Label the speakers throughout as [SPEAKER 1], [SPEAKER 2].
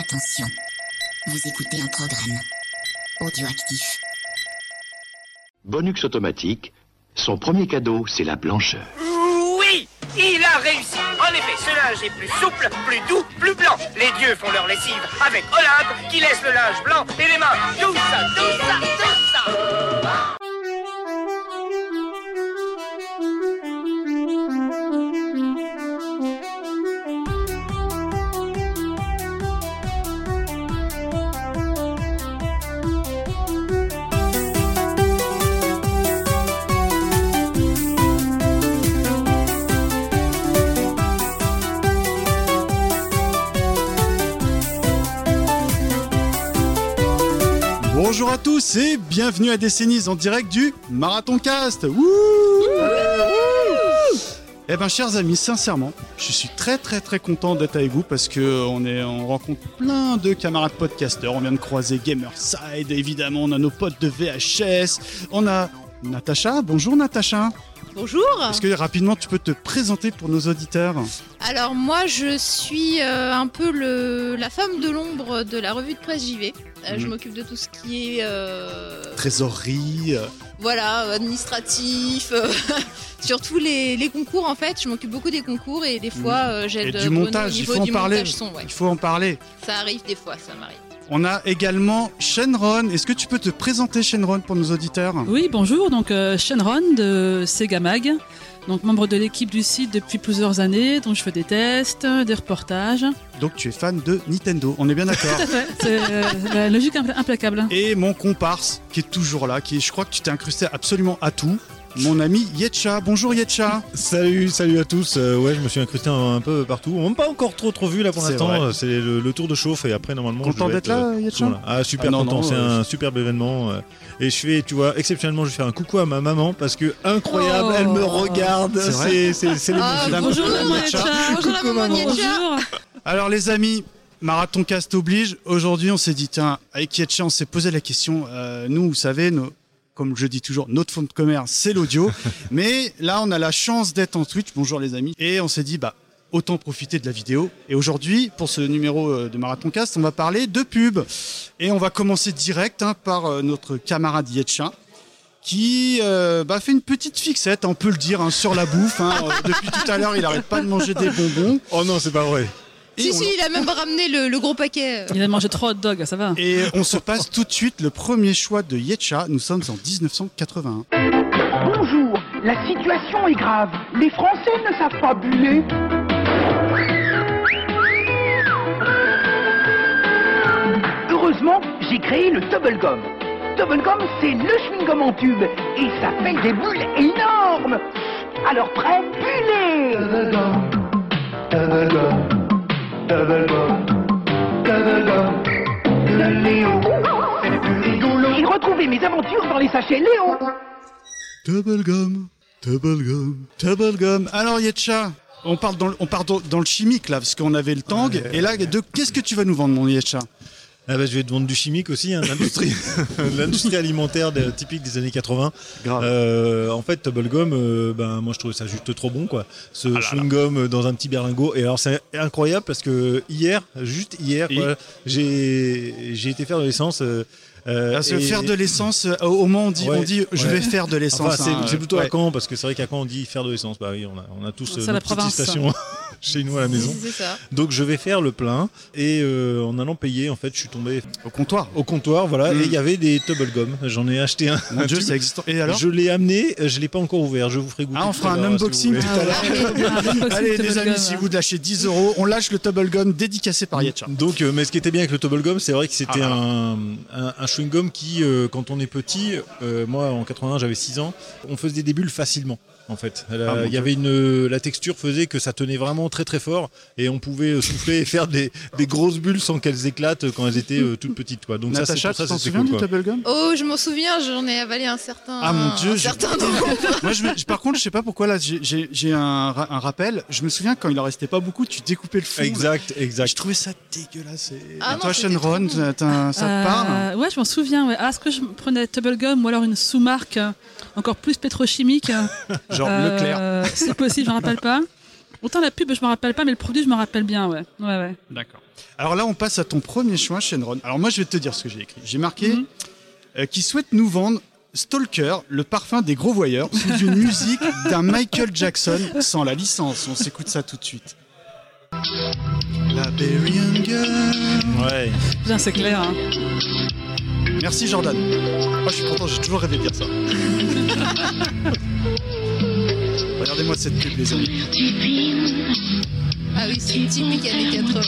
[SPEAKER 1] Attention, vous écoutez un programme audioactif.
[SPEAKER 2] Bonux Automatique, son premier cadeau, c'est la blancheur.
[SPEAKER 3] Oui, il a réussi. En effet, ce linge est plus souple, plus doux, plus blanc. Les dieux font leur lessive avec Olympe qui laisse le linge blanc et les mains. Tout ça, tout ça, tout ça.
[SPEAKER 4] Bonjour à tous et bienvenue à Décennies en direct du Marathon Cast. Eh ben, chers amis, sincèrement, je suis très content d'être avec vous parce que on rencontre plein de camarades podcasteurs. On vient de croiser Gamerside, évidemment, on a nos potes de VHS, on a Natacha. Bonjour Natacha.
[SPEAKER 5] Bonjour.
[SPEAKER 4] Est-ce que rapidement tu peux te présenter pour nos auditeurs ?
[SPEAKER 5] Alors moi je suis un peu la femme de l'ombre de la revue de presse JV. Je m'occupe de tout ce qui est
[SPEAKER 4] trésorerie.
[SPEAKER 5] Voilà, administratif, surtout les concours en fait. Je m'occupe beaucoup des concours et des fois j'aide
[SPEAKER 4] du montage. Il faut en parler.
[SPEAKER 5] Montage son, ouais.
[SPEAKER 4] Il faut en parler.
[SPEAKER 5] Ça arrive des fois, ça m'arrive.
[SPEAKER 4] On a également Shenron. Est-ce que tu peux te présenter, Shenron, pour nos auditeurs ?
[SPEAKER 6] Oui, bonjour. Donc Shenron de Sega Mag, donc membre de l'équipe du site depuis plusieurs années. Donc je fais des tests, des reportages.
[SPEAKER 4] Donc tu es fan de Nintendo. On est bien d'accord ?
[SPEAKER 6] Tout à fait. C'est la logique implacable.
[SPEAKER 4] Et mon comparse qui est toujours là, je crois que tu t'es incrusté absolument à tout. Mon ami Yetcha. Bonjour Yetcha.
[SPEAKER 7] Salut à tous. Ouais, je me suis incrusté un peu partout. On m'a pas encore trop vu là pour l'instant. C'est le tour de chauffe et après normalement.
[SPEAKER 4] Content d'être là, Yetcha.
[SPEAKER 7] Voilà. Ah super content. C'est un superbe événement. Et je fais, tu vois, exceptionnellement, je vais faire un coucou à ma maman parce que incroyable, elle me regarde. C'est l'émotion.
[SPEAKER 6] Bonjour Yetcha.
[SPEAKER 5] Bonjour la maman Yetcha.
[SPEAKER 4] Alors les amis. Marathon Cast oblige. Aujourd'hui, on s'est dit, tiens, avec Yetcha, on s'est posé la question. Nous, vous savez, comme je dis toujours, notre fond de commerce, c'est l'audio. Mais là, on a la chance d'être en Twitch. Bonjour les amis. Et on s'est dit, autant profiter de la vidéo. Et aujourd'hui, pour ce numéro de Marathon Cast, on va parler de pub. Et on va commencer direct par notre camarade Yetcha, qui fait une petite fixette, on peut le dire, sur la bouffe. Depuis tout à l'heure, il n'arrête pas de manger des bonbons.
[SPEAKER 7] Oh non, c'est pas vrai.
[SPEAKER 5] Si, il a même ramené le gros paquet.
[SPEAKER 6] Il a mangé 3 hot dogs, ça va.
[SPEAKER 4] Et on se passe tout de suite le premier choix de Yetcha. Nous sommes en 1981.
[SPEAKER 8] Bonjour, la situation est grave. Les Français ne savent pas buller. Heureusement, j'ai créé le Double Gum. Double Gum, c'est le chewing-gum en tube. Et ça fait des bulles énormes. Alors prêt, bullez. Double Gum, Double Gum. Double Gum, Double Gum, le Léo, c'est le plus rigolo. Et retrouvez mes aventures dans les sachets Léo.
[SPEAKER 4] Double Gum, Double Gum, Double Gum. Alors Yetcha, on part dans le chimique là, parce qu'on avait le tang. Et là, qu'est-ce que tu vas nous vendre, mon Yetcha ?
[SPEAKER 7] Je vais te vendre du chimique aussi, l'industrie alimentaire typique des années 80. En fait, Double Gum, moi je trouvais ça juste trop bon, quoi. Ce chewing-gum dans un petit berlingot. Et alors c'est incroyable parce que hier, quoi, j'ai été faire de l'essence.
[SPEAKER 4] Faire de l'essence, au Mans on dit je vais faire de l'essence.
[SPEAKER 7] Enfin, c'est plutôt à Caen, parce que c'est vrai qu'à Caen on dit faire de l'essence. Bah oui, on a tous notre petite station chez nous à la maison.
[SPEAKER 5] C'est ça.
[SPEAKER 7] Donc je vais faire le plein et en allant payer, en fait, je suis tombé
[SPEAKER 4] au comptoir,
[SPEAKER 7] voilà. Et il y y avait des Double Gum. J'en ai acheté un.
[SPEAKER 4] Mon Dieu, ça existe. Et alors ?
[SPEAKER 7] Je l'ai amené, je l'ai pas encore ouvert. Je vous ferai goûter.
[SPEAKER 4] On fera un unboxing tout à l'heure. Allez les amis, si vous lâchez 10 €, on lâche le Double Gum dédicacé par Yetcha.
[SPEAKER 7] Donc, mais ce qui était bien avec le Double Gum, c'est vrai que c'était un chewing gum qui, quand on est petit, moi en 81 j'avais 6 ans, on faisait des bulles facilement. En fait, il y avait la texture faisait que ça tenait vraiment très fort et on pouvait souffler et faire des grosses bulles sans qu'elles éclatent quand elles étaient toutes petites, quoi. Donc
[SPEAKER 4] Natacha, tu t'en souviens du Double Gum ?
[SPEAKER 5] Oh, je m'en souviens, j'en ai avalé un certain.
[SPEAKER 4] Ah mon Dieu,
[SPEAKER 5] Moi,
[SPEAKER 4] par contre, je sais pas pourquoi là, j'ai un rappel. Je me souviens quand il en restait pas beaucoup, tu découpais le fond.
[SPEAKER 7] Exact.
[SPEAKER 4] Je trouvais ça dégueulasse.
[SPEAKER 5] Ah
[SPEAKER 4] toi,
[SPEAKER 5] non,
[SPEAKER 4] Shenron, ça te parle ?
[SPEAKER 6] Ouais, je m'en souviens. Ouais. Est-ce que je prenais Double Gum ou alors une sous-marque encore plus pétrochimique
[SPEAKER 4] Genre Leclerc.
[SPEAKER 6] C'est possible, je ne me rappelle pas. Autant la pub, je me rappelle pas, mais le produit, je me rappelle bien, ouais. Ouais.
[SPEAKER 4] D'accord. Alors là, on passe à ton premier choix, Shenron. Alors moi, je vais te dire ce que j'ai écrit. J'ai marqué qui souhaite nous vendre Stalker, le parfum des gros voyeurs, sous une musique d'un Michael Jackson sans la licence. On s'écoute ça tout de suite. La Berian Girl.
[SPEAKER 7] Ouais.
[SPEAKER 6] Bien, c'est clair. Hein.
[SPEAKER 4] Merci Jordan. Moi, je suis content, j'ai toujours rêvé de dire ça. Regardez-moi cette pub, les amis.
[SPEAKER 5] Ah oui, c'est une typique années 80.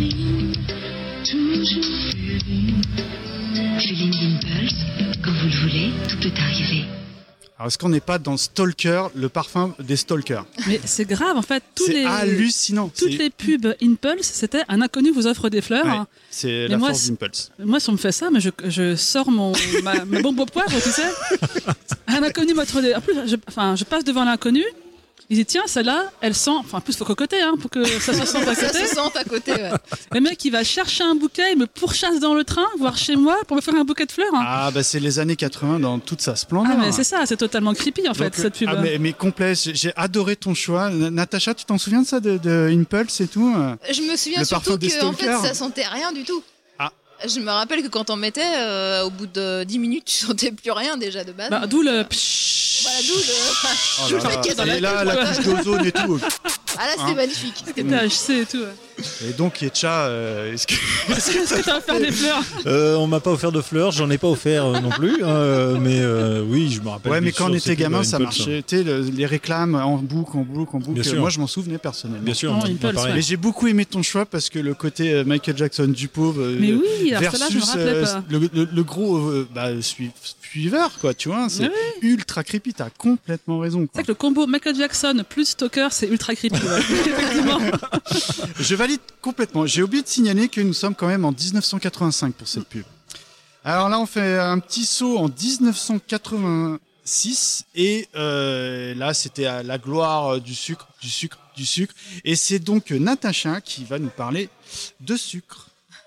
[SPEAKER 1] Feeling Impulse, quand vous le voulez, tout peut arriver.
[SPEAKER 4] Alors, est-ce qu'on n'est pas dans Stalker, le parfum des stalkers?
[SPEAKER 6] Mais c'est grave, en fait.
[SPEAKER 4] C'est hallucinant.
[SPEAKER 6] Toutes les pubs Impulse, c'était un inconnu vous offre des fleurs.
[SPEAKER 4] Ouais,
[SPEAKER 6] Hein.
[SPEAKER 4] c'est la force d'Impulse.
[SPEAKER 6] Moi, si on me fait ça, mais je sors ma bombe au poivre, tu sais. Un inconnu m'offre des... En plus, je passe devant l'inconnu. Il dit tiens, celle-là, elle sent. Enfin, en plus, il faut cocoter hein, pour que ça se sente à côté.
[SPEAKER 5] Ça se sente à côté, ouais.
[SPEAKER 6] Le mec, il va chercher un bouquet, il me pourchasse dans le train, voire chez moi, pour me faire un bouquet de fleurs. Hein.
[SPEAKER 4] Ah, bah c'est les années 80 dans toute sa splendeur.
[SPEAKER 6] Ah, mais c'est ça, c'est totalement creepy en fait,
[SPEAKER 4] Donc,
[SPEAKER 6] cette pub.
[SPEAKER 4] Ah, mais complet, j'ai adoré ton choix. Natacha, tu t'en souviens de ça, de Impulse et tout?
[SPEAKER 5] Je me souviens surtout que en fait, ça sentait rien du tout. Je me rappelle que quand on mettait, au bout de 10 minutes, tu sentais plus rien déjà de base.
[SPEAKER 6] Bah, d'où le...
[SPEAKER 5] Voilà, d'où le...
[SPEAKER 4] Oh là là, et là, la couche d'ozone et tout.
[SPEAKER 5] Ah là, c'était magnifique.
[SPEAKER 6] C'était HC et tout. Ouais.
[SPEAKER 4] Et donc, Yetcha, est-ce que
[SPEAKER 6] tu as offert des fleurs?
[SPEAKER 7] On m'a pas offert de fleurs, j'en ai pas offert non plus. Mais oui, je me rappelle.
[SPEAKER 4] Ouais, mais quand on était gamin, ça
[SPEAKER 7] Impulse,
[SPEAKER 4] marchait. Tu sais, les réclames en boucle.
[SPEAKER 7] Bien sûr.
[SPEAKER 4] Moi, je m'en souvenais personnellement.
[SPEAKER 7] Bien sûr,
[SPEAKER 6] Impulse,
[SPEAKER 7] pareil.
[SPEAKER 4] Mais j'ai beaucoup aimé ton choix parce que le côté Michael Jackson du pauvre
[SPEAKER 6] mais oui, alors
[SPEAKER 4] versus
[SPEAKER 6] celle-là, je me rappelais pas.
[SPEAKER 4] le gros suiveur, quoi, tu vois. C'est ultra creepy, t'as complètement raison.
[SPEAKER 6] C'est que le combo Michael Jackson plus Stalker, c'est ultra creepy. Ouais. Effectivement.
[SPEAKER 4] Je valide complètement. J'ai oublié de signaler que nous sommes quand même en 1985 pour cette pub. Alors là, on fait un petit saut en 1986 et là, c'était à la gloire du sucre. Et c'est donc Natacha qui va nous parler de sucre.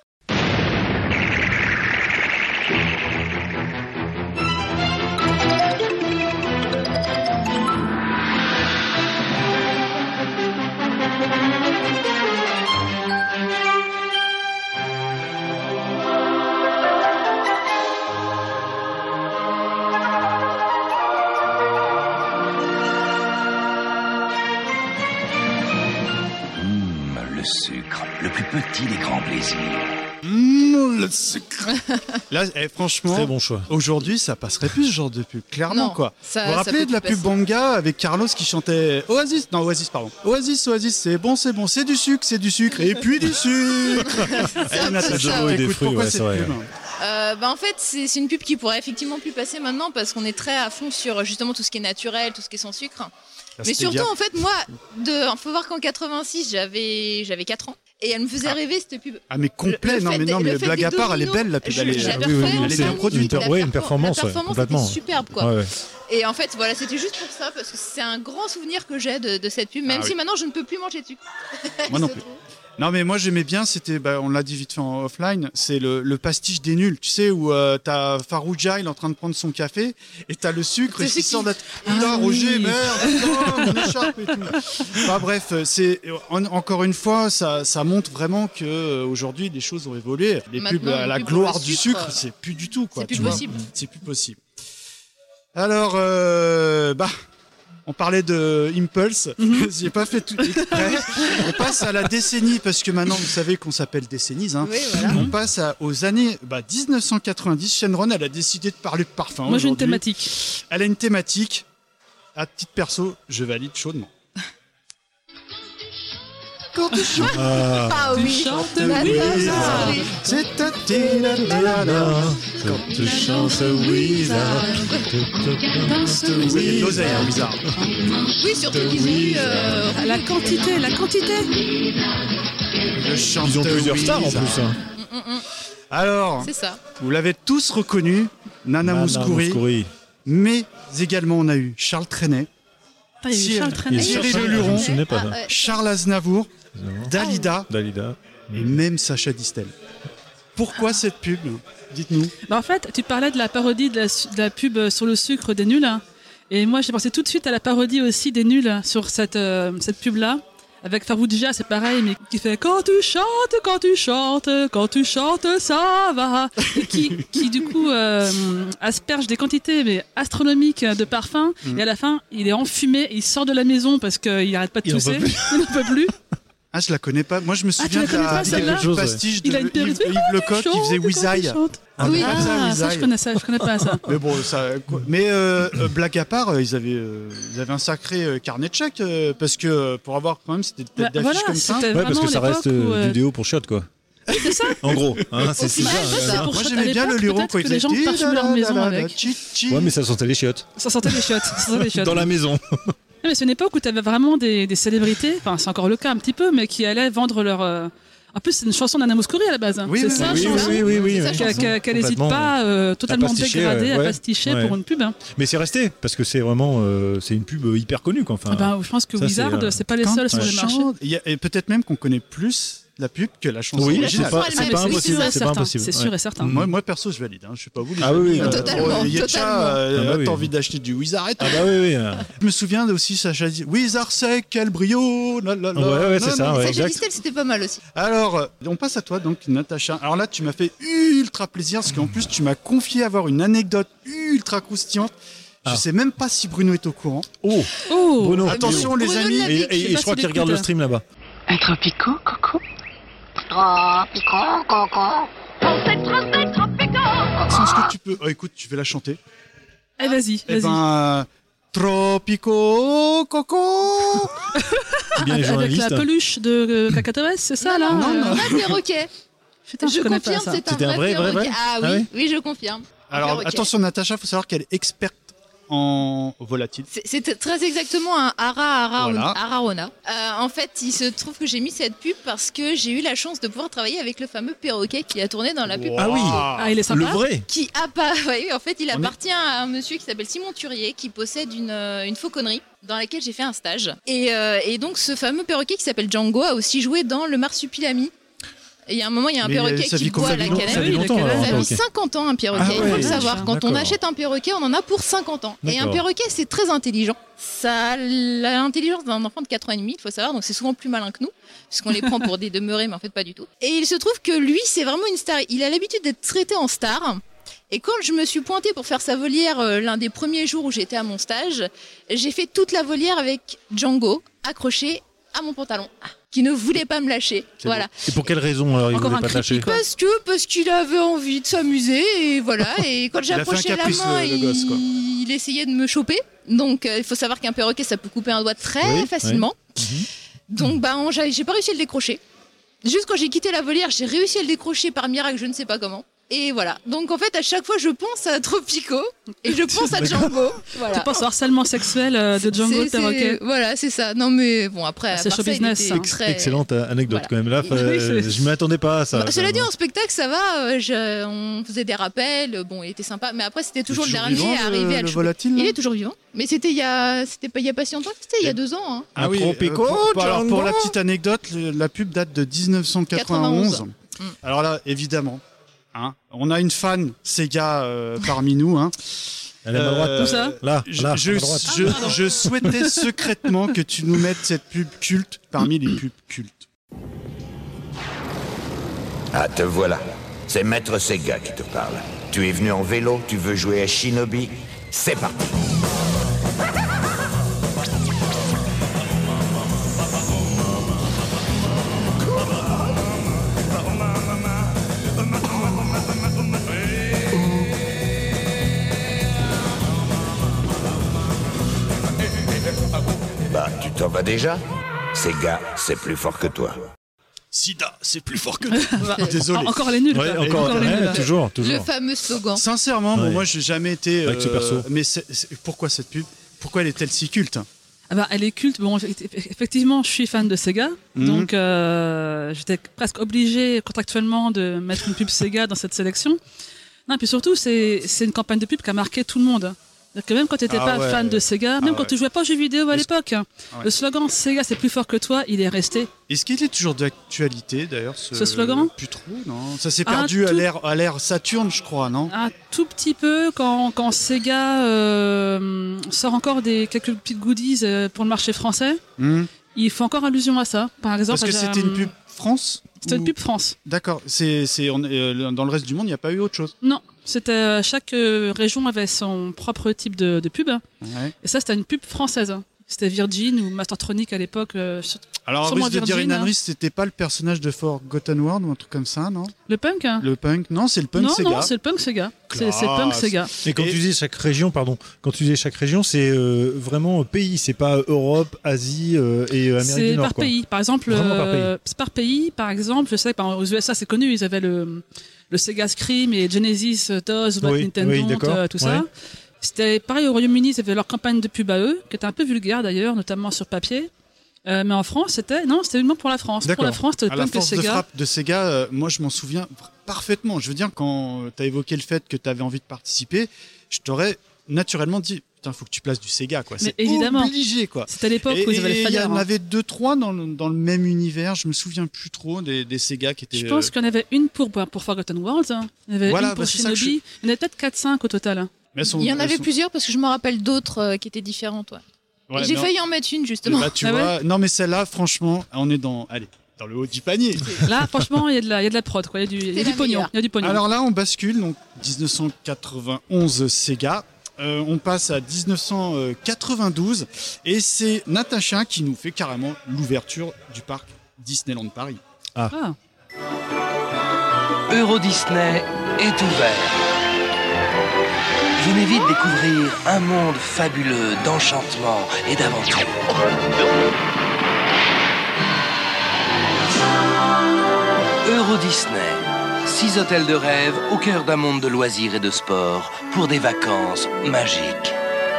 [SPEAKER 9] Le sucre, le plus petit des grands plaisirs.
[SPEAKER 4] Le sucre. Là, franchement,
[SPEAKER 7] très bon choix.
[SPEAKER 4] Aujourd'hui, ça passerait plus ce genre de pub, clairement.
[SPEAKER 5] Non,
[SPEAKER 4] quoi.
[SPEAKER 5] Ça,
[SPEAKER 4] vous vous rappelez de la pub Banga avec Carlos qui chantait Oasis, c'est bon, c'est du sucre, et puis du sucre. Pourquoi cette pub
[SPEAKER 5] en fait, c'est une pub qui pourrait effectivement plus passer maintenant parce qu'on est très à fond sur justement tout ce qui est naturel, tout ce qui est sans sucre. Mais surtout, en fait, moi, faut voir qu'en 86, j'avais 4 ans. Et elle me faisait rêver cette pub.
[SPEAKER 4] Ah mais complet, mais blague à part, elle est belle la pub. Elle est bien produite.
[SPEAKER 7] Une performance,
[SPEAKER 5] complètement superbe quoi.
[SPEAKER 7] Ouais.
[SPEAKER 5] Et en fait, voilà, c'était juste pour ça parce que c'est un grand souvenir que j'ai de cette pub, même si maintenant je ne peux plus manger de sucre.
[SPEAKER 4] Moi non plus. Non mais moi j'aimais bien, c'était, on l'a dit vite fait en offline, c'est le pastiche des nuls, tu sais, où t'as Farouja, il est en train de prendre son café, et t'as le sucre qui sort d'être... Putain, Roger, merde, mon écharpe et tout. Enfin bref, encore une fois, ça montre vraiment qu'aujourd'hui les choses ont évolué. Les pubs à la gloire du sucre, c'est plus du tout, quoi.
[SPEAKER 5] C'est plus possible.
[SPEAKER 4] C'est plus possible. Alors, on parlait de Impulse, j'ai pas fait tout exprès. On passe à la décennie, parce que maintenant, vous savez qu'on s'appelle décennies. Hein.
[SPEAKER 5] Oui, voilà.
[SPEAKER 4] On passe aux années 1990. Shenron, elle a décidé de parler de parfum.
[SPEAKER 6] Moi, j'ai une thématique.
[SPEAKER 4] Elle a une thématique. À titre perso, je valide chaudement. Quand tu chantes,
[SPEAKER 5] oui,
[SPEAKER 4] c'est ta quand tu chantes Wizard. C'est l'oseille, Wizard.
[SPEAKER 5] Oui, surtout qu'ils ont eu
[SPEAKER 6] la quantité.
[SPEAKER 7] Ils ont plusieurs stars en plus.
[SPEAKER 4] Alors,
[SPEAKER 5] c'est ça.
[SPEAKER 4] Vous l'avez tous reconnu, Nana Mouskouri. Mais également, on a eu Charles Trenet. Cyril Leluron, Charles Aznavour, Dalida et même Sacha Distel. Pourquoi cette pub? Dites-nous.
[SPEAKER 6] En fait, tu parlais de la parodie de la pub sur le sucre des nuls. Et moi, j'ai pensé tout de suite à la parodie aussi des nuls sur cette pub-là. avec Farouja, c'est pareil, mais qui fait quand tu chantes, ça va. Et qui du coup asperge des quantités mais astronomiques de parfum. Et à la fin, il est enfumé, et il sort de la maison parce qu'il n'arrête pas de tousser. Il n'en peut plus.
[SPEAKER 4] Ah, je la connais pas. Moi, je me souviens
[SPEAKER 6] de
[SPEAKER 4] la pastiche de Yves Lecoq qui faisait Wizaï.
[SPEAKER 6] Oui, ça, je connais pas ça.
[SPEAKER 4] Mais bon, blague à part, ils avaient un sacré carnet de chèques parce que pour avoir quand même c'était têtes d'affiche comme ça.
[SPEAKER 7] Ouais, parce que ça reste du déo pour chiottes, quoi.
[SPEAKER 6] C'est ça.
[SPEAKER 7] En gros, c'est ça.
[SPEAKER 4] Moi, j'aimais bien le Luron quand ils
[SPEAKER 6] les gens parfument leur maison avec.
[SPEAKER 7] Ouais, mais ça sentait les chiottes.
[SPEAKER 6] Ça sentait les chiottes.
[SPEAKER 7] Dans la maison.
[SPEAKER 6] Mais c'est une époque où tu avais vraiment des célébrités, enfin c'est encore le cas un petit peu, mais qui allaient vendre leur... En plus, c'est une chanson d'Anna Mouskouri à la base.
[SPEAKER 4] Oui,
[SPEAKER 6] c'est ça, chanson.
[SPEAKER 7] Oui.
[SPEAKER 6] Qu'elle n'hésite pas totalement dégradée à pasticher pour une pub.
[SPEAKER 7] Mais c'est resté, parce que c'est vraiment c'est une pub hyper connue. Quoi. Enfin,
[SPEAKER 6] je pense que Wizard, c'est pas les seuls sur le marché.
[SPEAKER 4] Et peut-être même qu'on connaît plus la pub que la chanson originale.
[SPEAKER 7] C'est pas impossible.
[SPEAKER 6] C'est sûr et certain.
[SPEAKER 4] Moi perso, je valide. Je sais pas vous.
[SPEAKER 7] Ah oui,
[SPEAKER 5] totalement.
[SPEAKER 4] T'as envie d'acheter du Wizard.
[SPEAKER 7] Ah bah oui.
[SPEAKER 4] Je me souviens aussi, Sacha dit Wizard c'est quel brio.
[SPEAKER 7] Ouais, c'est ça.
[SPEAKER 5] Sacha Distel, c'était pas mal aussi.
[SPEAKER 4] Alors, on passe à toi, donc, Natacha. Alors là, tu m'as fait ultra plaisir parce qu'en plus, tu m'as confié avoir une anecdote ultra croustillante. Je sais même pas si Bruno est au courant.
[SPEAKER 7] Oh Bruno.
[SPEAKER 4] Attention, les amis.
[SPEAKER 7] Et je crois qu'il regarde le stream là-bas.
[SPEAKER 8] Un tropico, Coco?
[SPEAKER 1] Tropico, Coco.
[SPEAKER 4] Est-ce que tu peux... Oh, écoute, tu vais la chanter.
[SPEAKER 6] Eh, vas-y.
[SPEAKER 4] Tropico, Coco.
[SPEAKER 7] Bien les
[SPEAKER 6] avec la peluche de Cacatoès, c'est ça là?
[SPEAKER 5] Non, un perroquet.
[SPEAKER 6] Putain, je
[SPEAKER 5] confirme,
[SPEAKER 6] pas ça.
[SPEAKER 5] c'est un vrai perroquet. Ah oui, je confirme.
[SPEAKER 4] Alors, attention, Natacha, il faut savoir qu'elle est experte en volatile.
[SPEAKER 5] C'est très exactement un Ararona. En fait, il se trouve que j'ai mis cette pub parce que j'ai eu la chance de pouvoir travailler avec le fameux perroquet qui a tourné dans la pub.
[SPEAKER 7] Ah oui,
[SPEAKER 6] il est sympa.
[SPEAKER 7] Le vrai.
[SPEAKER 5] Oui, en fait, il appartient à un monsieur qui s'appelle Simon Turier qui possède une fauconnerie dans laquelle j'ai fait un stage. Et donc, ce fameux perroquet qui s'appelle Django a aussi joué dans Le Marsupilami. Et il y a un moment, il y a un perroquet qui boit la canette.
[SPEAKER 7] Ça vit
[SPEAKER 5] 50 ans, un perroquet. Il faut le savoir. Quand on achète un perroquet, on en a pour 50 ans. Et un perroquet, c'est très intelligent. Ça a l'intelligence d'un enfant de 4 ans et demi, il faut savoir. Donc c'est souvent plus malin que nous, puisqu'on les prend pour des demeurés, mais en fait pas du tout. Et il se trouve que lui, c'est vraiment une star. Il a l'habitude d'être traité en star. Et quand je me suis pointée pour faire sa volière l'un des premiers jours où j'étais à mon stage, j'ai fait toute la volière avec Django accroché à mon pantalon, qui ne voulait pas me lâcher. Voilà.
[SPEAKER 7] Et pour quelle raison alors il voulait pas te lâcher?
[SPEAKER 5] Parce qu'il avait envie de s'amuser et voilà. Et quand j'ai approché la main, il essayait de me choper. Donc il faut savoir qu'un perroquet ça peut couper un doigt très facilement. Donc j'ai pas réussi à le décrocher. Juste quand j'ai quitté la volière, j'ai réussi à le décrocher par miracle, je ne sais pas comment. Et voilà. Donc en fait, à chaque fois, je pense à Tropico et je pense à Django. Voilà.
[SPEAKER 6] Tu penses au harcèlement sexuel de Django le perroquet?
[SPEAKER 5] Voilà, c'est ça. Non mais bon, après,
[SPEAKER 6] c'est show business.
[SPEAKER 7] Excellente anecdote quand même. Là, je m'attendais pas à ça.
[SPEAKER 5] Cela dit, en spectacle, ça va. On faisait des rappels. Bon, il était sympa. Mais après, c'était toujours le dernier à arriver à le choper. Il est toujours vivant. Mais c'était il y a pas si longtemps. C'était il y a 2 ans. Hein.
[SPEAKER 4] Ah oui. Tropico. Alors pour la petite anecdote, la pub date de 1991. Alors là, évidemment. On a une fan Sega parmi nous.
[SPEAKER 7] Elle est à droite.
[SPEAKER 6] Tout ça.
[SPEAKER 7] Là,
[SPEAKER 4] je souhaitais secrètement que tu nous mettes cette pub culte parmi les pubs cultes.
[SPEAKER 9] Ah, te voilà. C'est Maître Sega qui te parle. Tu es venu en vélo, tu veux jouer à Shinobi? C'est parti. Bah, tu t'en vas déjà? Sega, c'est plus fort que toi.
[SPEAKER 4] Sida, c'est plus fort que toi. Désolé.
[SPEAKER 6] Encore les nuls.
[SPEAKER 7] Encore les nuls. Toujours.
[SPEAKER 5] Le fameux slogan.
[SPEAKER 4] Sincèrement, moi, j'ai jamais été.
[SPEAKER 7] Avec ce perso.
[SPEAKER 4] Mais pourquoi cette pub? Pourquoi elle est-elle si culte?
[SPEAKER 6] Elle est culte. Bon, effectivement, je suis fan de Sega, donc j'étais presque obligé contractuellement de mettre une pub Sega dans cette sélection. Non, puis surtout, c'est une campagne de pub qui a marqué tout le monde. Que même quand tu n'étais pas fan de Sega, même quand tu jouais pas aux jeux vidéo à l'époque, le slogan Sega c'est plus fort que toi, il est resté.
[SPEAKER 4] Est-ce qu'il est toujours d'actualité d'ailleurs ce
[SPEAKER 6] slogan?
[SPEAKER 4] Plus trop, non. Ça s'est perdu à l'ère Saturn, je crois, non?
[SPEAKER 6] Un tout petit peu quand Sega sort encore quelques petites goodies pour le marché français. il faut encore allusion à ça. Par exemple,
[SPEAKER 4] parce que c'était une pub France.
[SPEAKER 6] C'était une pub France.
[SPEAKER 4] D'accord. Dans le reste du monde, il n'y a pas eu autre chose.
[SPEAKER 6] Non, c'était chaque région avait son propre type de pub.
[SPEAKER 4] Ouais.
[SPEAKER 6] Et ça, c'était une pub française. C'était Virgin ou Mastertronic à l'époque.
[SPEAKER 4] Alors, risque de dire une ânerie, c'était pas le personnage de Forgotten World ou un truc comme ça, non?
[SPEAKER 6] Le punk.
[SPEAKER 4] Le punk, non, c'est le punk Sega.
[SPEAKER 6] Non, c'est le punk Sega. C'est punk Sega.
[SPEAKER 7] Et quand tu disais chaque région, c'est vraiment pays, c'est pas Europe, Asie et Amérique du Nord.
[SPEAKER 6] C'est par pays. Par exemple, c'est par pays. Par exemple, je sais que aux USA, c'est connu, ils avaient le Sega Scream et Genesis DOS, Nintendo, tout ça. C'était pareil au Royaume-Uni, ils avaient leur campagne de pub à eux, qui était un peu vulgaire d'ailleurs, notamment sur papier. Mais en France, c'était uniquement pour la France.
[SPEAKER 4] D'accord.
[SPEAKER 6] Pour la France, c'était le punk
[SPEAKER 4] force
[SPEAKER 6] Sega.
[SPEAKER 4] de frappe de Sega, moi je m'en souviens parfaitement. Je veux dire, quand tu as évoqué le fait que tu avais envie de participer, je t'aurais naturellement dit putain, faut que tu places du Sega, quoi. C'est
[SPEAKER 6] évidemment
[SPEAKER 4] obligé, quoi.
[SPEAKER 6] C'était à l'époque où ils avaient les
[SPEAKER 4] Il y
[SPEAKER 6] flyers.
[SPEAKER 4] en avait 2-3 dans le même univers, je me souviens plus trop des Sega qui étaient.
[SPEAKER 6] Je pense qu'il y en avait une pour Forgotten Worlds, il y en avait une pour Shinobi, il y en avait peut-être 4-5 au total.
[SPEAKER 5] Il y en avait plusieurs parce que je me rappelle d'autres qui étaient différentes. Ouais, j'ai failli en mettre une justement.
[SPEAKER 4] Bah, tu vois, non mais celle-là, franchement, on est dans le haut du panier.
[SPEAKER 6] Là, franchement, il y a de la prod, quoi. Il y a du pognon.
[SPEAKER 4] Alors là, on bascule, donc 1991 Sega. On passe à 1992 et c'est Natacha qui nous fait carrément l'ouverture du parc Disneyland Paris.
[SPEAKER 10] Euro Disney est ouvert. Venez vite découvrir un monde fabuleux d'enchantement et d'aventure. Euro Disney, 6 hôtels de rêve au cœur d'un monde de loisirs et de sport pour des vacances magiques.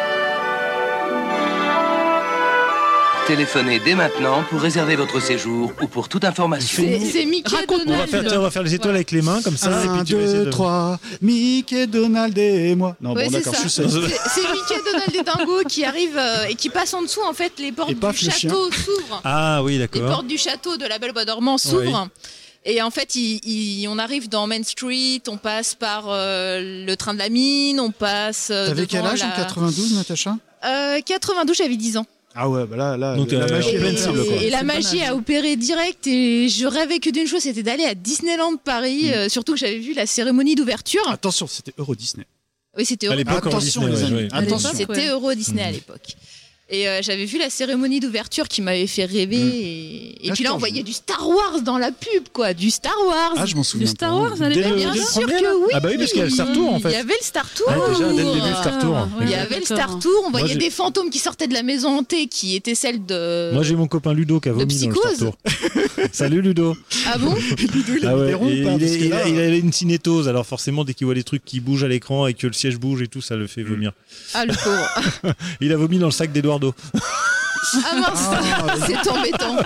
[SPEAKER 10] Téléphonez dès maintenant pour réserver votre séjour ou pour toute information.
[SPEAKER 5] C'est Mickey Donald.
[SPEAKER 7] On va faire les étoiles avec les mains comme ça.
[SPEAKER 4] 1, 2, 3, Mickey, Donald et moi. Non,
[SPEAKER 5] ouais,
[SPEAKER 4] bon, d'accord, je suis
[SPEAKER 5] c'est Mickey, Donald et Dingo qui arrivent et qui passent en dessous, en fait, les portes du château s'ouvrent.
[SPEAKER 7] Ah oui, d'accord.
[SPEAKER 5] Les portes du château de la Belle Bois dormant s'ouvrent. Oui. Et en fait, on arrive dans Main Street, on passe par le train de la mine, on passe.
[SPEAKER 4] T'avais quel âge en 92, Natacha
[SPEAKER 5] 92, j'avais 10 ans.
[SPEAKER 4] Ah ouais, bah là,
[SPEAKER 7] donc,
[SPEAKER 4] la magie est invincible, quoi.
[SPEAKER 5] Et la magie a opéré direct et je rêvais que d'une chose, c'était d'aller à Disneyland Paris, surtout que j'avais vu la cérémonie d'ouverture.
[SPEAKER 4] Attention, c'était Euro Disney.
[SPEAKER 5] Oui, c'était Euro
[SPEAKER 4] Disney. Attention, les amis. Attention.
[SPEAKER 5] C'était Euro Disney à l'époque. Et j'avais vu la cérémonie d'ouverture qui m'avait fait rêver. Et puis là, on voyait du Star Wars dans la pub, quoi. Du Star Wars.
[SPEAKER 4] Ah, je m'en souviens.
[SPEAKER 6] Du Star Wars, à l'époque.
[SPEAKER 5] Bien sûr que oui.
[SPEAKER 7] Ah bah oui, parce qu'il y a le Star Tour, en fait.
[SPEAKER 5] Il y avait le Star Tour.
[SPEAKER 7] Ah, déjà, dès le début, le Star Tour.
[SPEAKER 5] Il y avait le Star Tour. On voyait des fantômes qui sortaient de la maison hantée, qui étaient celles de.
[SPEAKER 7] Moi, j'ai mon copain Ludo qui a vomi dans le Star Tour. Salut Ludo.
[SPEAKER 5] Ah bon?
[SPEAKER 4] Ludo, il a
[SPEAKER 7] il avait une cinétose, alors forcément, dès qu'il voit des trucs qui bougent à l'écran et que le siège bouge et tout, ça le fait vomir.
[SPEAKER 5] Ah, le pauvre.
[SPEAKER 7] Il a vomi dans le sac d'Eduardo.
[SPEAKER 5] Ah mince, c'est embêtant.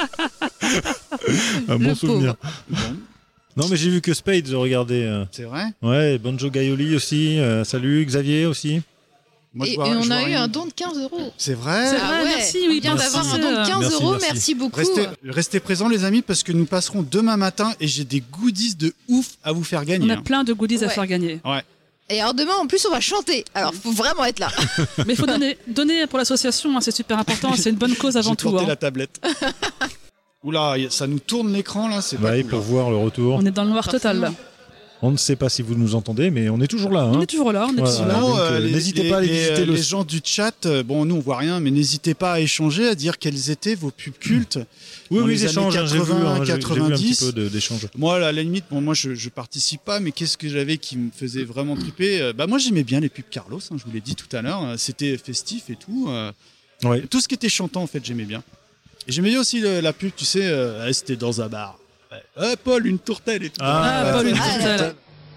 [SPEAKER 7] Un bon souvenir. Non, mais j'ai vu que Spade, j'ai regardé.
[SPEAKER 4] C'est vrai?
[SPEAKER 7] Ouais, Banjo Gaioli aussi. Salut, Xavier aussi.
[SPEAKER 5] Moi, et on a eu un don de 15 €.
[SPEAKER 4] C'est vrai?
[SPEAKER 5] C'est vrai, merci. Oui, bien d'avoir un don de 15 €. Merci beaucoup.
[SPEAKER 4] Restez présents, les amis, parce que nous passerons demain matin et j'ai des goodies de ouf à vous faire gagner.
[SPEAKER 6] On a plein de goodies à faire gagner.
[SPEAKER 4] Ouais.
[SPEAKER 5] Et alors demain, en plus, on va chanter. Alors, faut vraiment être là.
[SPEAKER 6] Mais il faut donner pour l'association, hein, c'est super important. C'est une bonne cause avant tout.
[SPEAKER 4] J'ai la tablette. Oula, ça nous tourne l'écran là, c'est pas
[SPEAKER 7] cool, pour voir le retour.
[SPEAKER 6] On est dans le noir total là.
[SPEAKER 7] On ne sait pas si vous nous entendez, mais on est toujours là. Hein.
[SPEAKER 6] On est toujours là.
[SPEAKER 7] N'hésitez pas à aller visiter
[SPEAKER 4] les gens du chat. Bon, nous on voit rien, mais n'hésitez pas à échanger, à dire quelles étaient vos pubs cultes.
[SPEAKER 7] Oui, les échanges.
[SPEAKER 4] 80,
[SPEAKER 7] j'ai vu
[SPEAKER 4] 90.
[SPEAKER 7] un petit peu d'échanges.
[SPEAKER 4] Moi, à la limite, moi je participe pas, mais qu'est-ce que j'avais qui me faisait vraiment triper? Bah moi j'aimais bien les pubs Carlos. Je vous l'ai dit tout à l'heure. C'était festif et tout.
[SPEAKER 7] Ouais.
[SPEAKER 4] Tout ce qui était chantant en fait, j'aimais bien. Et j'aimais bien aussi la pub, tu sais, c'était dans un bar. Ouais. Paul, une tourtelle et tout.
[SPEAKER 6] Paul, une tourtelle.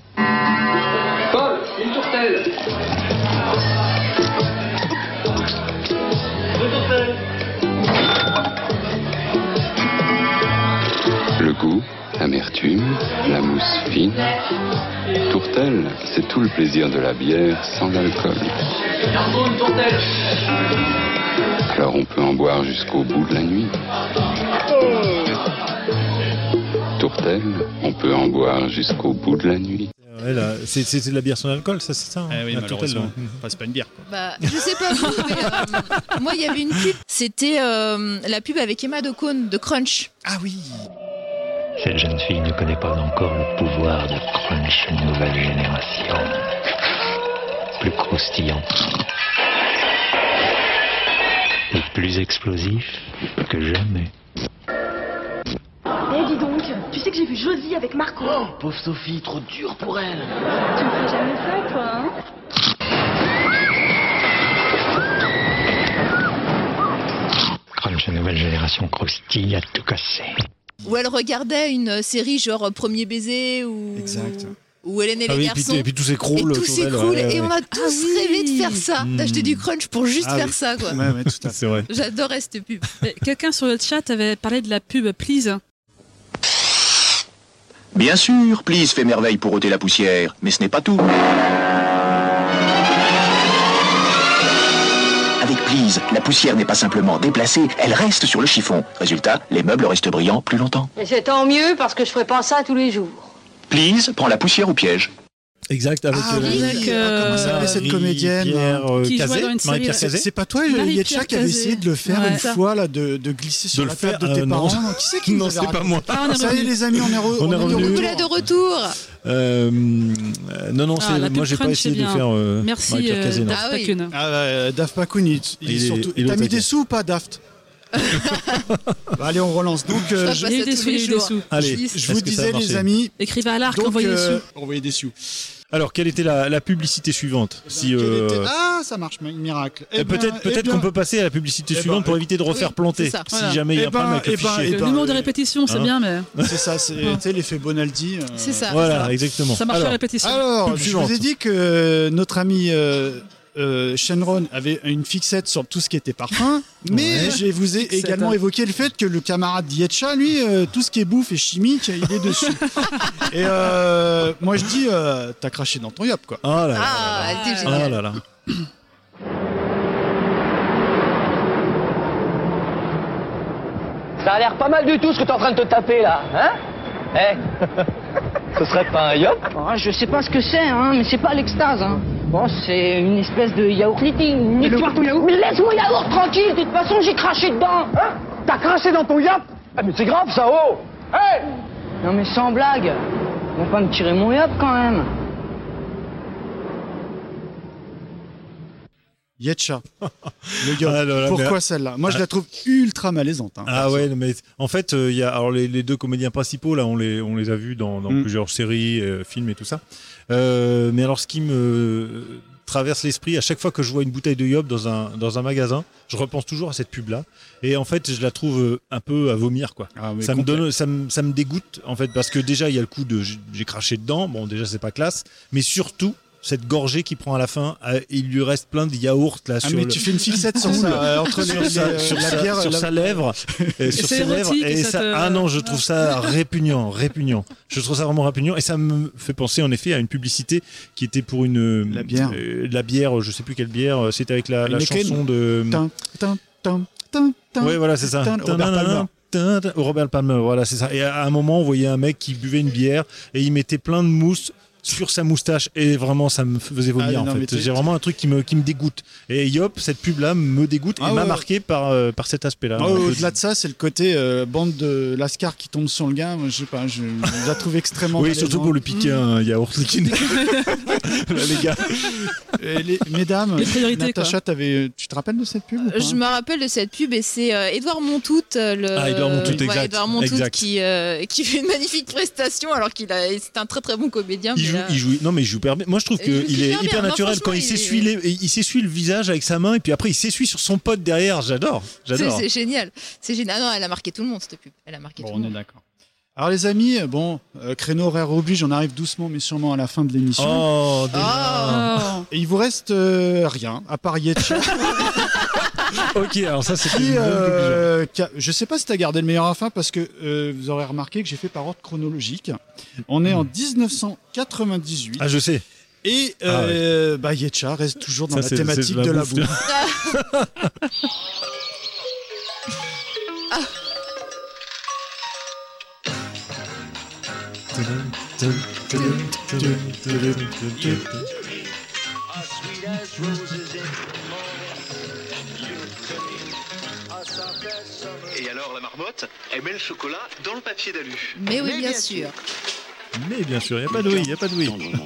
[SPEAKER 11] Paul, une tourtelle. Deux tourtelles.
[SPEAKER 12] Le goût, l'amertume, la mousse fine. Tourtelle, c'est tout le plaisir de la bière sans l'alcool.
[SPEAKER 11] Garçon, une tourtelle.
[SPEAKER 12] Alors on peut en boire jusqu'au bout de la nuit. Tourtelle, on peut en boire jusqu'au bout de la nuit.
[SPEAKER 7] C'est de la bière sans alcool, ça, c'est ça hein,
[SPEAKER 4] oui, malheureusement. Enfin, c'est pas une bière. Quoi.
[SPEAKER 5] Bah, je sais pas vous, mais moi, il y avait une pub. C'était la pub avec Emma Decaune de Crunch.
[SPEAKER 4] Ah oui.
[SPEAKER 13] Cette jeune fille ne connaît pas encore le pouvoir de Crunch, une nouvelle génération. Plus croustillant. Et plus explosif que jamais.
[SPEAKER 14] Eh dis donc, tu sais que j'ai vu Josie avec Marco.
[SPEAKER 11] Oh, pauvre Sophie, trop dur pour elle.
[SPEAKER 14] Tu me ferais jamais ça, toi, hein?
[SPEAKER 13] Crunch, une nouvelle génération croustille à tout casser.
[SPEAKER 5] Où elle regardait une série genre Premier baiser ou...
[SPEAKER 4] Exact.
[SPEAKER 5] Où Hélène et les garçons.
[SPEAKER 7] Et puis tout s'écroule.
[SPEAKER 5] Et on a tous rêvé de faire ça, d'acheter du Crunch pour juste faire ça, quoi.
[SPEAKER 4] Ouais, tout à fait.
[SPEAKER 7] C'est vrai.
[SPEAKER 5] J'adorais cette pub.
[SPEAKER 6] Quelqu'un sur le chat avait parlé de la pub Please.
[SPEAKER 15] Bien sûr, Please fait merveille pour ôter la poussière, mais ce n'est pas tout. Avec Please, la poussière n'est pas simplement déplacée, elle reste sur le chiffon. Résultat, les meubles restent brillants plus longtemps.
[SPEAKER 16] Et c'est tant mieux parce que je ferai pas ça tous les jours.
[SPEAKER 15] Please prend la poussière au piège.
[SPEAKER 7] Exact, avec
[SPEAKER 4] comment s'appelait cette comédienne
[SPEAKER 6] qui
[SPEAKER 7] Cazé,
[SPEAKER 6] jouait dans une série.
[SPEAKER 7] Marie-Pierre Cazé.
[SPEAKER 4] C'est pas toi, Yetcha, qui avait essayé de le faire une fois, là, de glisser sur la table de tes parents. Qui c'est qui
[SPEAKER 7] Non, c'est pas moi.
[SPEAKER 4] Ça y est, les amis, on est
[SPEAKER 5] revenu. De retour.
[SPEAKER 7] Non, moi j'ai pas essayé de faire Marie-Pierre Cazé.
[SPEAKER 6] Daft Pakun.
[SPEAKER 4] Daft Pakun, il t'a mis des sous ou pas, Daft? Allez, on relance. Donc,
[SPEAKER 6] il y a des sous.
[SPEAKER 4] Allez, je vous disais, les amis.
[SPEAKER 6] Écrivez à l'arc, envoyez des sous.
[SPEAKER 4] Envoyez des sous.
[SPEAKER 7] Alors, quelle était la publicité suivante
[SPEAKER 4] ça marche, miracle.
[SPEAKER 7] Peut-être qu'on peut passer à la publicité suivante pour éviter de refaire planter. Si jamais il y a un problème avec le fichier.
[SPEAKER 6] Le numéro de répétition, c'est bien, mais.
[SPEAKER 4] C'est ça, c'est l'effet Bonaldi.
[SPEAKER 5] C'est ça.
[SPEAKER 7] Voilà, exactement.
[SPEAKER 6] Ça marche à la répétition.
[SPEAKER 4] Alors, je vous ai dit que notre ami Shenron avait une fixette sur tout ce qui était parfum, mais je vous ai également évoqué le fait que le camarade Yetcha, lui, tout ce qui est bouffe et chimique, il est dessus. Et moi je dis, t'as craché dans ton yop, quoi.
[SPEAKER 5] Elle était géniale.
[SPEAKER 7] Oh là là.
[SPEAKER 11] Ça a l'air pas mal du tout ce que t'es en train de te taper là, hein? Ce serait pas un yop?
[SPEAKER 16] Je sais pas ce que c'est, hein, mais c'est pas l'extase, hein. Bon, c'est une espèce de yaourt liting. Mais laisse mon yaourt tranquille, de toute façon j'ai craché dedans.
[SPEAKER 11] Hein? T'as craché dans ton yop? Mais c'est grave ça, oh! Hey!
[SPEAKER 16] Non mais sans blague, ils vont pas me tirer mon yop quand même.
[SPEAKER 4] Yetcha, le yop. Pourquoi celle-là? Moi, je la trouve ultra malaisante.
[SPEAKER 7] Ouais, mais en fait, il y a alors les deux comédiens principaux là, on les a vus dans plusieurs séries, films et tout ça. Mais alors, ce qui me traverse l'esprit à chaque fois que je vois une bouteille de yop dans un magasin, je repense toujours à cette pub-là. Et en fait, je la trouve un peu à vomir, quoi. Ça me dégoûte en fait, parce que déjà il y a le coup de j'ai craché dedans. Bon, déjà c'est pas classe, mais surtout cette gorgée qui prend à la fin, il lui reste plein de yaourts là sur
[SPEAKER 4] mais tu fais une fixette sur ça, entre la bière,
[SPEAKER 7] sur sa lèvre, sur ses lèvres, et ça, non, je trouve ça répugnant. Je trouve ça vraiment répugnant, et ça me fait penser en effet à une publicité qui était pour la bière, je sais plus quelle bière, c'était avec la chanson de. Ouais, voilà, c'est ça. Robert Palmer, voilà, c'est ça. Et à un moment, on voyait un mec qui buvait une bière et il mettait plein de mousse sur sa moustache, et vraiment ça me faisait vomir. En fait, j'ai vraiment un truc qui me dégoûte, et Yop, cette pub là me dégoûte et m'a marqué par cet aspect là.
[SPEAKER 4] Au-delà de ça, c'est le côté bande de lascar qui tombe sur le gars. Moi, je sais pas, je la trouve extrêmement malaisante.
[SPEAKER 7] Surtout pour le piquer un yaourt liquide. Là, les gars,
[SPEAKER 4] mesdames, Natacha, tu te rappelles de cette pub?
[SPEAKER 5] Je me rappelle de cette pub, et c'est Édouard Montout,
[SPEAKER 7] Édouard Montout,
[SPEAKER 5] Édouard Montout qui fait une magnifique prestation, alors c'est un très très bon comédien.
[SPEAKER 7] Il joue hyper bien. Moi, je trouve qu'il est hyper naturel quand il s'essuie le visage avec sa main, et puis après il s'essuie sur son pote derrière. J'adore.
[SPEAKER 5] C'est génial. C'est génial. Non, elle a marqué tout le monde, cette pub. Elle a marqué tout le monde.
[SPEAKER 4] On est d'accord. Alors les amis, créneau horaire oblige, on arrive doucement mais sûrement à la fin de l'émission. Et il vous reste rien, à part Yetcha.
[SPEAKER 7] Ok, alors ça c'est
[SPEAKER 4] je sais pas si t'as gardé le meilleur à la fin, parce que vous aurez remarqué que j'ai fait par ordre chronologique. On est en 1998.
[SPEAKER 7] Ah, je sais.
[SPEAKER 4] Et Yetcha reste toujours dans la thématique de la bouffe.
[SPEAKER 17] Et alors la marmotte, elle met le chocolat dans le papier d'alu.
[SPEAKER 5] Mais oui, bien sûr.
[SPEAKER 7] Mais bien sûr, il n'y a pas de oui, il n'y a pas de oui.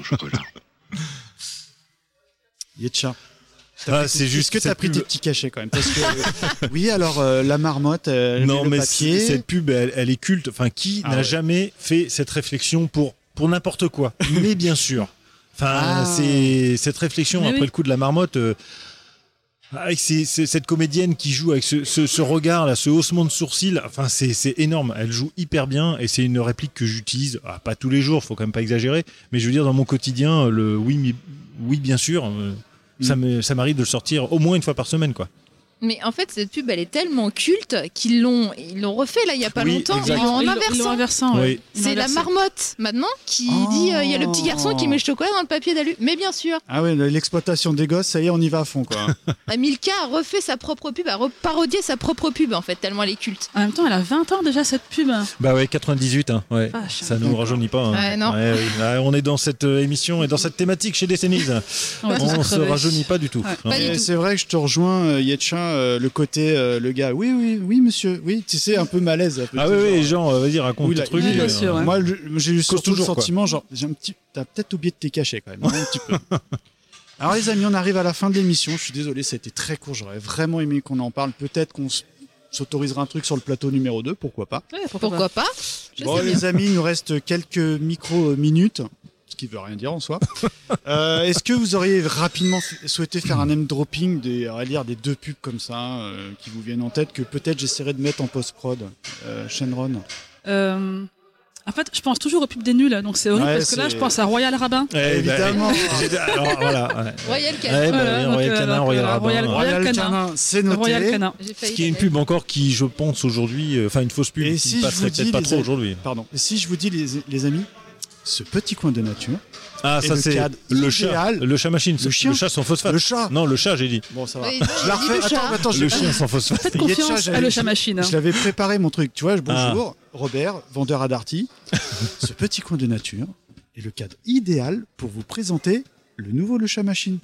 [SPEAKER 4] Yetcha.
[SPEAKER 7] C'est juste
[SPEAKER 4] que tu as pris tes petits cachets quand même parce que oui, alors la marmotte
[SPEAKER 7] non
[SPEAKER 4] le
[SPEAKER 7] mais
[SPEAKER 4] papier.
[SPEAKER 7] cette pub elle est culte, enfin qui n'a jamais fait cette réflexion pour n'importe quoi. Mais bien sûr. Enfin c'est cette réflexion
[SPEAKER 6] mais
[SPEAKER 7] après
[SPEAKER 6] oui.
[SPEAKER 7] le coup de la marmotte avec cette comédienne qui joue avec ce regard là, ce haussement de sourcil, enfin c'est énorme, elle joue hyper bien et c'est une réplique que j'utilise pas tous les jours, faut quand même pas exagérer, mais je veux dire dans mon quotidien le oui bien sûr. Ça m'arrive de le sortir au moins une fois par semaine, quoi.
[SPEAKER 5] Mais en fait, cette pub, elle est tellement culte qu'ils l'ont refait là il y a pas longtemps en inversant.
[SPEAKER 6] Oui.
[SPEAKER 5] C'est la marmotte maintenant qui dit il y a le petit garçon qui met le chocolat dans le papier d'alu. Mais bien sûr.
[SPEAKER 4] Ah ouais, l'exploitation des gosses, ça y est, on y va à fond, quoi.
[SPEAKER 5] Milka a refait sa propre pub, a parodié sa propre pub en fait, tellement elle est culte.
[SPEAKER 6] En même temps, elle a 20 ans déjà cette pub.
[SPEAKER 7] Bah ouais, 98, hein. Ouais.
[SPEAKER 6] Vache.
[SPEAKER 7] Ça nous rajeunit pas. Hein.
[SPEAKER 5] Ouais, non.
[SPEAKER 7] Ouais, oui. Là, on est dans cette émission et dans cette thématique chez Décennies. On se rajeunit pas du tout.
[SPEAKER 5] Ouais. Pas du tout.
[SPEAKER 4] C'est vrai que je te rejoins, Yetcha, le côté le gars, oui, monsieur, oui, tu sais, un peu malaise. Un peu,
[SPEAKER 7] oui, genre, vas-y, raconte tes trucs.
[SPEAKER 6] bien sûr, ouais.
[SPEAKER 4] Moi, j'ai eu surtout le
[SPEAKER 7] toujours,
[SPEAKER 4] sentiment, genre, t'as peut-être oublié de tes cachets quand même, un petit peu. Alors les amis, on arrive à la fin de l'émission. Je suis désolé, ça a été très court. J'aurais vraiment aimé qu'on en parle. Peut-être qu'on s'autorisera un truc sur le plateau numéro 2, pourquoi pas.
[SPEAKER 5] Ouais, pourquoi pas.
[SPEAKER 4] Bon, les amis, il nous reste quelques micro-minutes. Ce qui veut rien dire en soi. Est-ce que vous auriez rapidement souhaité faire un name dropping des deux pubs comme ça qui vous viennent en tête que peut-être j'essaierai de mettre en post-prod, Shenron?
[SPEAKER 6] En fait, je pense toujours aux pubs des nuls, donc c'est horrible parce que là, je pense à Royal Rabbin.
[SPEAKER 4] Évidemment.
[SPEAKER 7] Alors voilà.
[SPEAKER 5] Royal Canin.
[SPEAKER 7] Royal
[SPEAKER 4] Canin, c'est noté.
[SPEAKER 6] Royal Canin.
[SPEAKER 7] Ce qui est une pub encore qui, je pense aujourd'hui, enfin une fausse pub
[SPEAKER 4] et
[SPEAKER 7] qui
[SPEAKER 4] si
[SPEAKER 7] passerait peut-être pas trop aujourd'hui.
[SPEAKER 4] Pardon. Et si je vous dis les amis, ce petit coin de nature.
[SPEAKER 7] Ah, ça c'est le chat. Le chat machine. Le chat sans phosphate.
[SPEAKER 4] Le chat.
[SPEAKER 7] Non, le chat, j'ai dit.
[SPEAKER 4] Bon, ça va.
[SPEAKER 5] Oui,
[SPEAKER 4] je la refais. Attends,
[SPEAKER 7] le chien sans phosphate.
[SPEAKER 6] Faites confiance à le chat machine.
[SPEAKER 4] Je l'avais préparé mon truc. Tu vois, bonjour, Robert, vendeur à Darty. Ce petit coin de nature est le cadre idéal pour vous présenter le nouveau Le Chat Machine.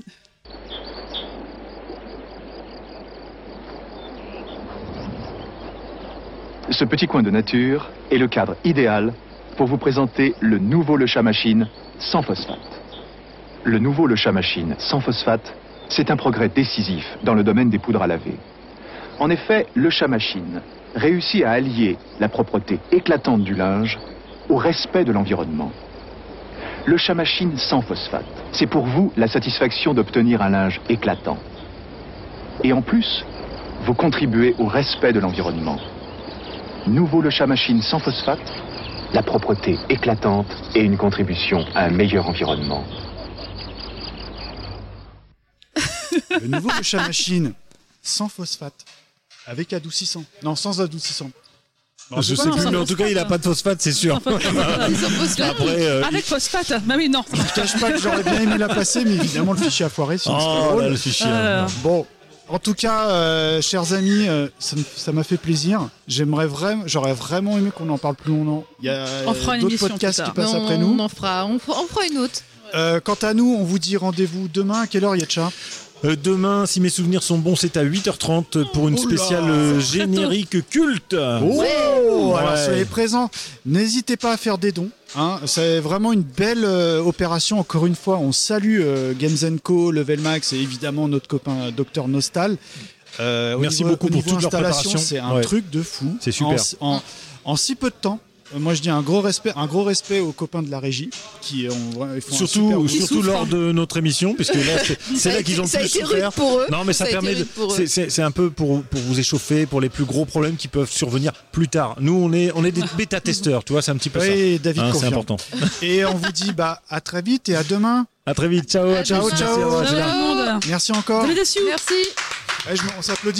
[SPEAKER 18] Ce petit coin de nature est le cadre idéal pour vous présenter le nouveau Le Chat Machine sans phosphate. Le nouveau Le Chat Machine sans phosphate, c'est un progrès décisif dans le domaine des poudres à laver. En effet, Le Chat Machine réussit à allier la propreté éclatante du linge au respect de l'environnement. Le Chat Machine sans phosphate, c'est pour vous la satisfaction d'obtenir un linge éclatant. Et en plus, vous contribuez au respect de l'environnement. Nouveau Le Chat Machine sans phosphate, la propreté éclatante et une contribution à un meilleur environnement.
[SPEAKER 4] Le nouveau Le Chat Machine sans phosphate, avec adoucissant. Non, sans adoucissant.
[SPEAKER 7] Non, je sais plus, mais en tout cas, il n'a pas de phosphate, c'est sûr.
[SPEAKER 6] Après, avec phosphate. Bah oui, non.
[SPEAKER 4] Je ne cache pas que j'aurais bien aimé la passer, mais évidemment, le fichier a foiré.
[SPEAKER 7] Oh, là, le fichier.
[SPEAKER 4] Bon. En tout cas, chers amis, ça m'a fait plaisir. J'aurais vraiment aimé qu'on en parle plus longtemps. Il y a d'autres podcasts qui passent après nous.
[SPEAKER 5] On fera une autre.
[SPEAKER 4] Quant à nous, on vous dit rendez-vous demain. À quelle heure, Yetcha ?
[SPEAKER 7] Demain, si mes souvenirs sont bons, c'est à 8h30 pour une spéciale générique culte.
[SPEAKER 4] Alors soyez présents. N'hésitez pas à faire des dons. Hein. C'est vraiment une belle opération. Encore une fois, on salue Games & Co, Level Max et évidemment notre copain Dr Nostal.
[SPEAKER 7] Merci beaucoup pour toute leur préparation.
[SPEAKER 4] C'est un truc de fou.
[SPEAKER 7] C'est super.
[SPEAKER 4] En si peu de temps. Moi, je dis un gros respect aux copains de la régie qui font
[SPEAKER 7] surtout lors de notre émission, puisque là, c'est là qu'ils ont le plus souffert. Non, mais ça permet c'est un peu pour vous échauffer pour les plus gros problèmes qui peuvent survenir plus tard. Nous, on est des bêta-testeurs, tu vois, c'est un petit peu ça.
[SPEAKER 4] Oui, David,
[SPEAKER 7] c'est important.
[SPEAKER 4] Et on vous dit à très vite et à demain.
[SPEAKER 7] À très vite, ciao.
[SPEAKER 4] Merci encore.
[SPEAKER 5] Merci.
[SPEAKER 4] On s'applaudit.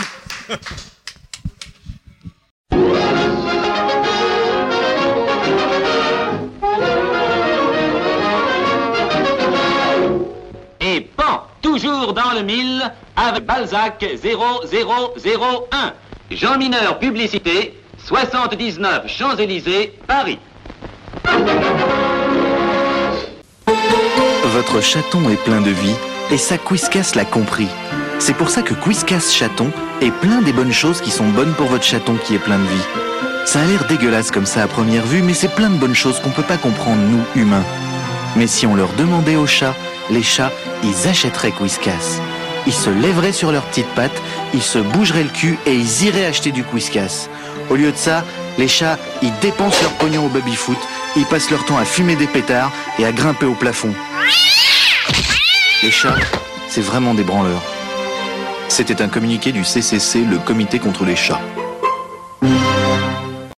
[SPEAKER 19] Et pan, toujours dans le mille, avec Balzac 0001. Jean Mineur, publicité, 79 Champs-Élysées, Paris.
[SPEAKER 20] Votre chaton est plein de vie, et ça Whiskas l'a compris. C'est pour ça que Whiskas Chaton est plein des bonnes choses qui sont bonnes pour votre chaton qui est plein de vie. Ça a l'air dégueulasse comme ça à première vue, mais c'est plein de bonnes choses qu'on peut pas comprendre, nous, humains. Mais si on leur demandait aux chats, les chats, ils achèteraient Whiskas. Ils se lèveraient sur leurs petites pattes, ils se bougeraient le cul et ils iraient acheter du Whiskas. Au lieu de ça, les chats, ils dépensent leur pognon au baby-foot, ils passent leur temps à fumer des pétards et à grimper au plafond. Les chats, c'est vraiment des branleurs. C'était un communiqué du CCC, le Comité contre les chats.